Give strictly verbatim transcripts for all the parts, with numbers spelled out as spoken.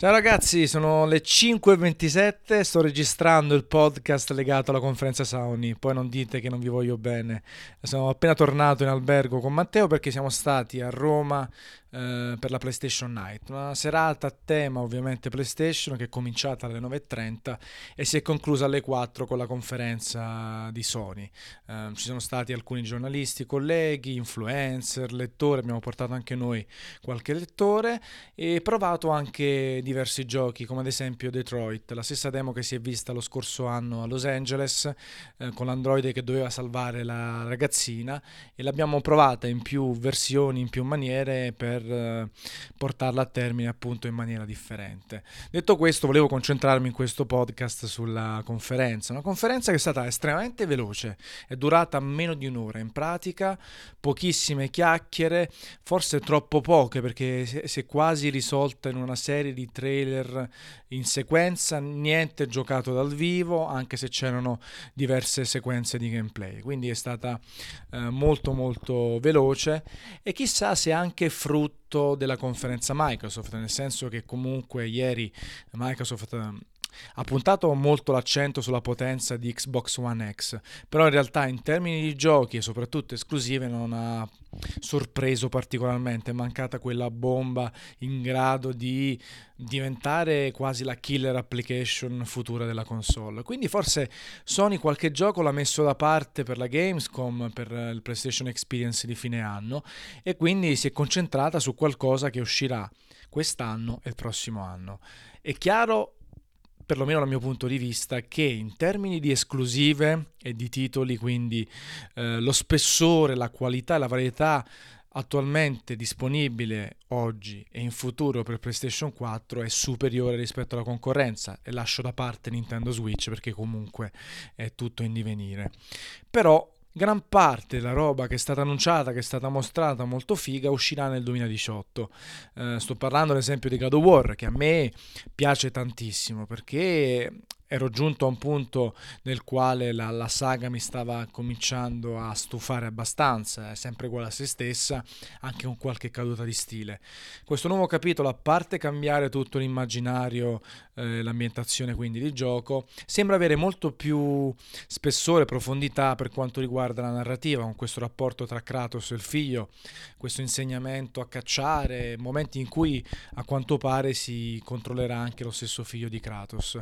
Ciao ragazzi, sono le cinque e ventisette, sto registrando il podcast legato alla conferenza Sony, poi non dite che non vi voglio bene. Sono appena tornato in albergo con Matteo perché siamo stati a Roma eh, per la PlayStation Night, una serata a tema ovviamente PlayStation che è cominciata alle nove e trenta e si è conclusa alle quattro con la conferenza di Sony. Eh, ci sono stati alcuni giornalisti, colleghi, influencer, lettori, abbiamo portato anche noi qualche lettore e provato anche diversi giochi come ad esempio Detroit, la stessa demo che si è vista lo scorso anno a Los Angeles eh, con l'androide che doveva salvare la ragazzina e l'abbiamo provata in più versioni, in più maniere per eh, portarla a termine appunto in maniera differente. Detto questo, volevo concentrarmi in questo podcast sulla conferenza, una conferenza che è stata estremamente veloce, è durata meno di un'ora in pratica, pochissime chiacchiere, forse troppo poche perché si è quasi risolta in una serie di trailer in sequenza, niente giocato dal vivo, anche se c'erano diverse sequenze di gameplay, quindi è stata eh, molto molto veloce e chissà se anche frutto della conferenza Microsoft, nel senso che comunque ieri Microsoft eh, ha puntato molto l'accento sulla potenza di Xbox One X, però in realtà in termini di giochi e soprattutto esclusive non ha sorpreso particolarmente, è mancata quella bomba in grado di diventare quasi la killer application futura della console. Quindi forse Sony qualche gioco l'ha messo da parte per la Gamescom, per il PlayStation Experience di fine anno e quindi si è concentrata su qualcosa che uscirà quest'anno e il prossimo anno. È chiaro, perlomeno dal mio punto di vista, che in termini di esclusive e di titoli, quindi eh, lo spessore, la qualità e la varietà attualmente disponibile oggi e in futuro per PlayStation quattro è superiore rispetto alla concorrenza e lascio da parte Nintendo Switch perché comunque è tutto in divenire. Però gran parte della roba che è stata annunciata, che è stata mostrata molto figa, uscirà nel duemiladiciotto. Eh, sto parlando ad esempio di God of War, che a me piace tantissimo perché ero giunto a un punto nel quale la, la saga mi stava cominciando a stufare abbastanza, è sempre uguale a se stessa, anche con qualche caduta di stile. Questo nuovo capitolo, a parte cambiare tutto l'immaginario, eh, l'ambientazione quindi di gioco, sembra avere molto più spessore e profondità per quanto riguarda la narrativa, con questo rapporto tra Kratos e il figlio, questo insegnamento a cacciare, momenti in cui a quanto pare si controllerà anche lo stesso figlio di Kratos.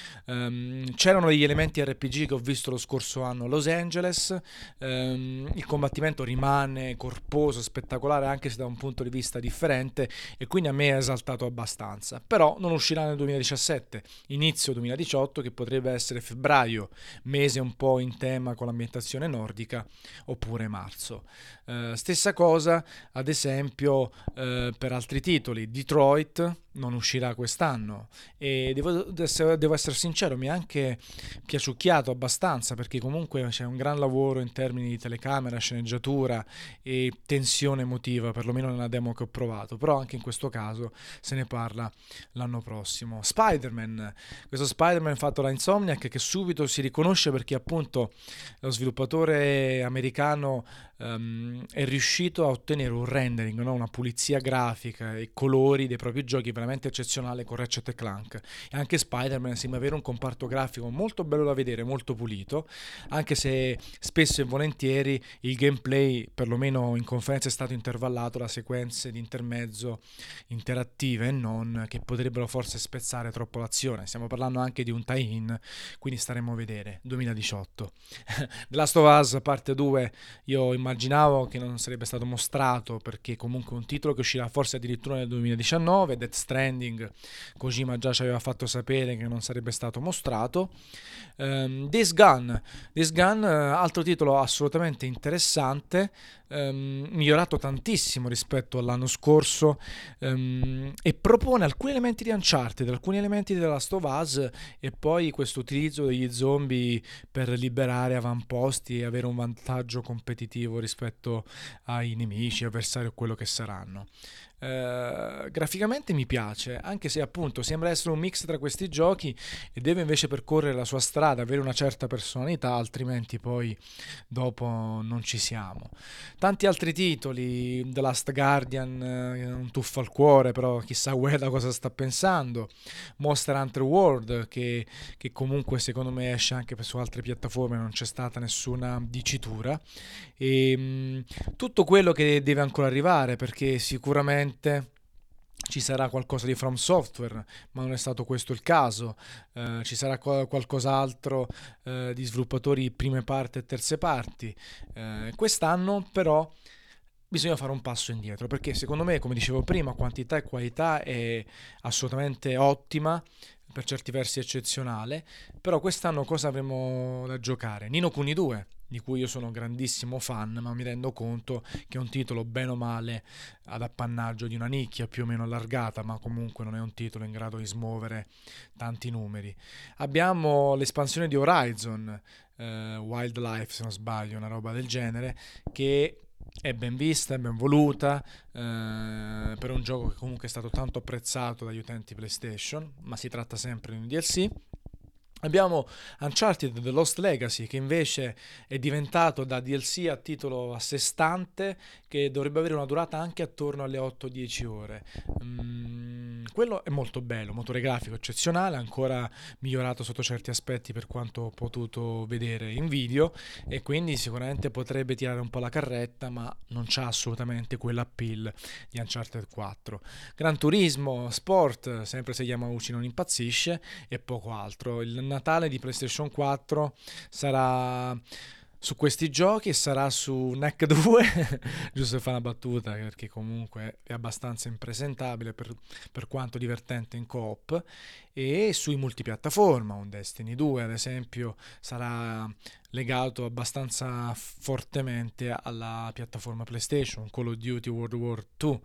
Um, c'erano degli elementi R P G che ho visto lo scorso anno a Los Angeles, um, il combattimento rimane corposo, spettacolare anche se da un punto di vista differente e quindi a me è esaltato abbastanza, però non uscirà nel duemiladiciassette, inizio duemiladiciotto che potrebbe essere febbraio, mese un po' in tema con l'ambientazione nordica, oppure marzo. Uh, stessa cosa ad esempio uh, per altri titoli, Detroit non uscirà quest'anno e devo essere, devo essere sincero, mi ha anche piaciucchiato abbastanza perché comunque c'è un gran lavoro in termini di telecamera, sceneggiatura e tensione emotiva, perlomeno nella demo che ho provato, però anche in questo caso se ne parla l'anno prossimo. Spider-Man, questo Spider-Man fatto da Insomniac che subito si riconosce perché appunto lo sviluppatore americano um, è riuscito a ottenere un rendering, no? Una pulizia grafica e colori dei propri giochi veramente eccezionale con Ratchet and Clank e anche Spider-Man sembra avere un comparto grafico molto bello da vedere, molto pulito, anche se spesso e volentieri il gameplay, perlomeno in conferenza, è stato intervallato da sequenze di intermezzo interattive e non, che potrebbero forse spezzare troppo l'azione. Stiamo parlando anche di un tie-in, quindi staremo a vedere. duemiladiciotto. The Last of Us parte due io immaginavo che non sarebbe stato mostrato perché comunque è un titolo che uscirà forse addirittura nel duemiladiciannove. Death Stranding, Kojima già ci aveva fatto sapere che non sarebbe stato mostrato. um, Days Gone Days Gone, altro titolo assolutamente interessante, um, migliorato tantissimo rispetto all'anno scorso, um, e propone alcuni elementi di Uncharted, alcuni elementi della Last of Us e poi questo utilizzo degli zombie per liberare avamposti e avere un vantaggio competitivo rispetto ai nemici, avversari o quello che saranno. Eh, graficamente mi piace, anche se appunto sembra essere un mix tra questi giochi e deve invece percorrere la sua strada, avere una certa personalità, altrimenti poi dopo non ci siamo. Tanti altri titoli, The Last Guardian, eh, un tuffo al cuore, però chissà Ueda cosa sta pensando. Monster Hunter World, che, che comunque secondo me esce anche su altre piattaforme, non c'è stata nessuna dicitura. E mh, tutto quello che deve ancora arrivare, perché sicuramente ci sarà qualcosa di From Software, ma non è stato questo il caso. Eh, ci sarà qual- qualcos'altro eh, di sviluppatori prime parti e terze parti. Eh, quest'anno però bisogna fare un passo indietro, perché secondo me, come dicevo prima, quantità e qualità è assolutamente ottima, per certi versi eccezionale, però quest'anno cosa avremo da giocare? Ni no Kuni due, di cui io sono un grandissimo fan, ma mi rendo conto che è un titolo bene o male ad appannaggio di una nicchia più o meno allargata, ma comunque non è un titolo in grado di smuovere tanti numeri. Abbiamo l'espansione di Horizon, eh, Wildlife se non sbaglio, una roba del genere, che è ben vista, è ben voluta, eh, per un gioco che comunque è stato tanto apprezzato dagli utenti PlayStation, ma si tratta sempre di un D L C. Abbiamo Uncharted The Lost Legacy, che invece è diventato da D L C a titolo a sé stante, che dovrebbe avere una durata anche attorno alle otto dieci ore. Mm, quello è molto bello, motore grafico eccezionale, ancora migliorato sotto certi aspetti per quanto ho potuto vedere in video, e quindi sicuramente potrebbe tirare un po' la carretta, ma non c'ha assolutamente quell'appeal di Uncharted quattro. Gran Turismo, Sport, sempre se Yamauchi non impazzisce, e poco altro. Il Natale di PlayStation quattro sarà su questi giochi e sarà su N E C due, giusto per fare una battuta, perché comunque è abbastanza impresentabile per, per quanto divertente in co-op, e sui multipiattaforma, un Destiny due ad esempio sarà legato abbastanza fortemente alla piattaforma PlayStation, Call of Duty World War due,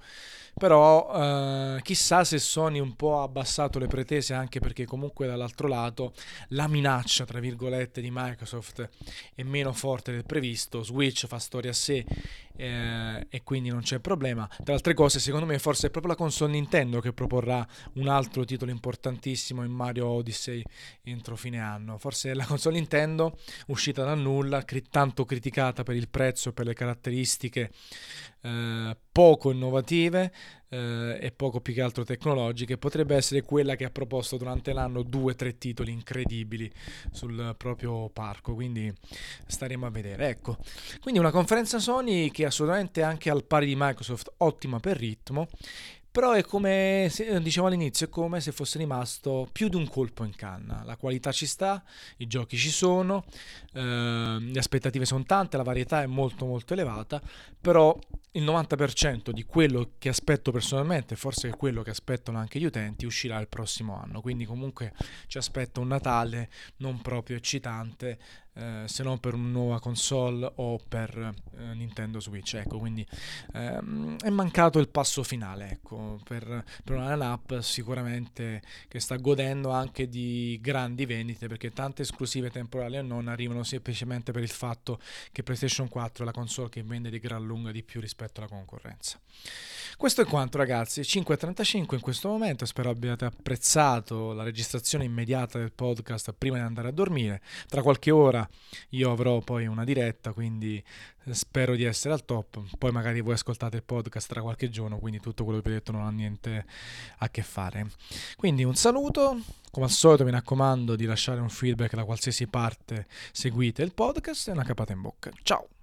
però eh, chissà se Sony un po' ha abbassato le pretese, anche perché comunque dall'altro lato la minaccia tra virgolette di Microsoft è meno forte del previsto. Switch fa storia a sé, eh, e quindi non c'è problema. Tra altre cose, secondo me forse è proprio la console Nintendo che proporrà un altro titolo importantissimo in Mario Odyssey entro fine anno. Forse la console Nintendo, uscita da nulla, cri- tanto criticata per il prezzo e per le caratteristiche eh, poco innovative eh, e poco più che altro tecnologiche, potrebbe essere quella che ha proposto durante l'anno due o tre titoli incredibili sul proprio parco, quindi staremo a vedere. Ecco, quindi una conferenza Sony che assolutamente anche al pari di Microsoft ottima per ritmo, però è come, se, dicevo all'inizio, è come se fosse rimasto più di un colpo in canna. La qualità ci sta, i giochi ci sono, eh, le aspettative sono tante, la varietà è molto molto elevata, però il novanta per cento di quello che aspetto personalmente, forse è quello che aspettano anche gli utenti, uscirà il prossimo anno. Quindi comunque ci aspetta un Natale non proprio eccitante, eh, se non per una nuova console o per eh, Nintendo Switch. Ecco, quindi ehm, è mancato il passo finale, ecco, per, per una line-up sicuramente che sta godendo anche di grandi vendite, perché tante esclusive temporali o non arrivano semplicemente per il fatto che PlayStation quattro è la console che vende di gran lunga di più rispetto alla concorrenza. Questo è quanto, ragazzi, cinque e trentacinque in questo momento. Spero abbiate apprezzato la registrazione immediata del podcast prima di andare a dormire. Tra qualche ora io avrò poi una diretta, quindi spero di essere al top. Poi magari voi ascoltate il podcast tra qualche giorno, quindi tutto quello che vi ho detto non ha niente a che fare. Quindi un saluto, come al solito mi raccomando di lasciare un feedback da qualsiasi parte seguite il podcast, e una capata in bocca. Ciao!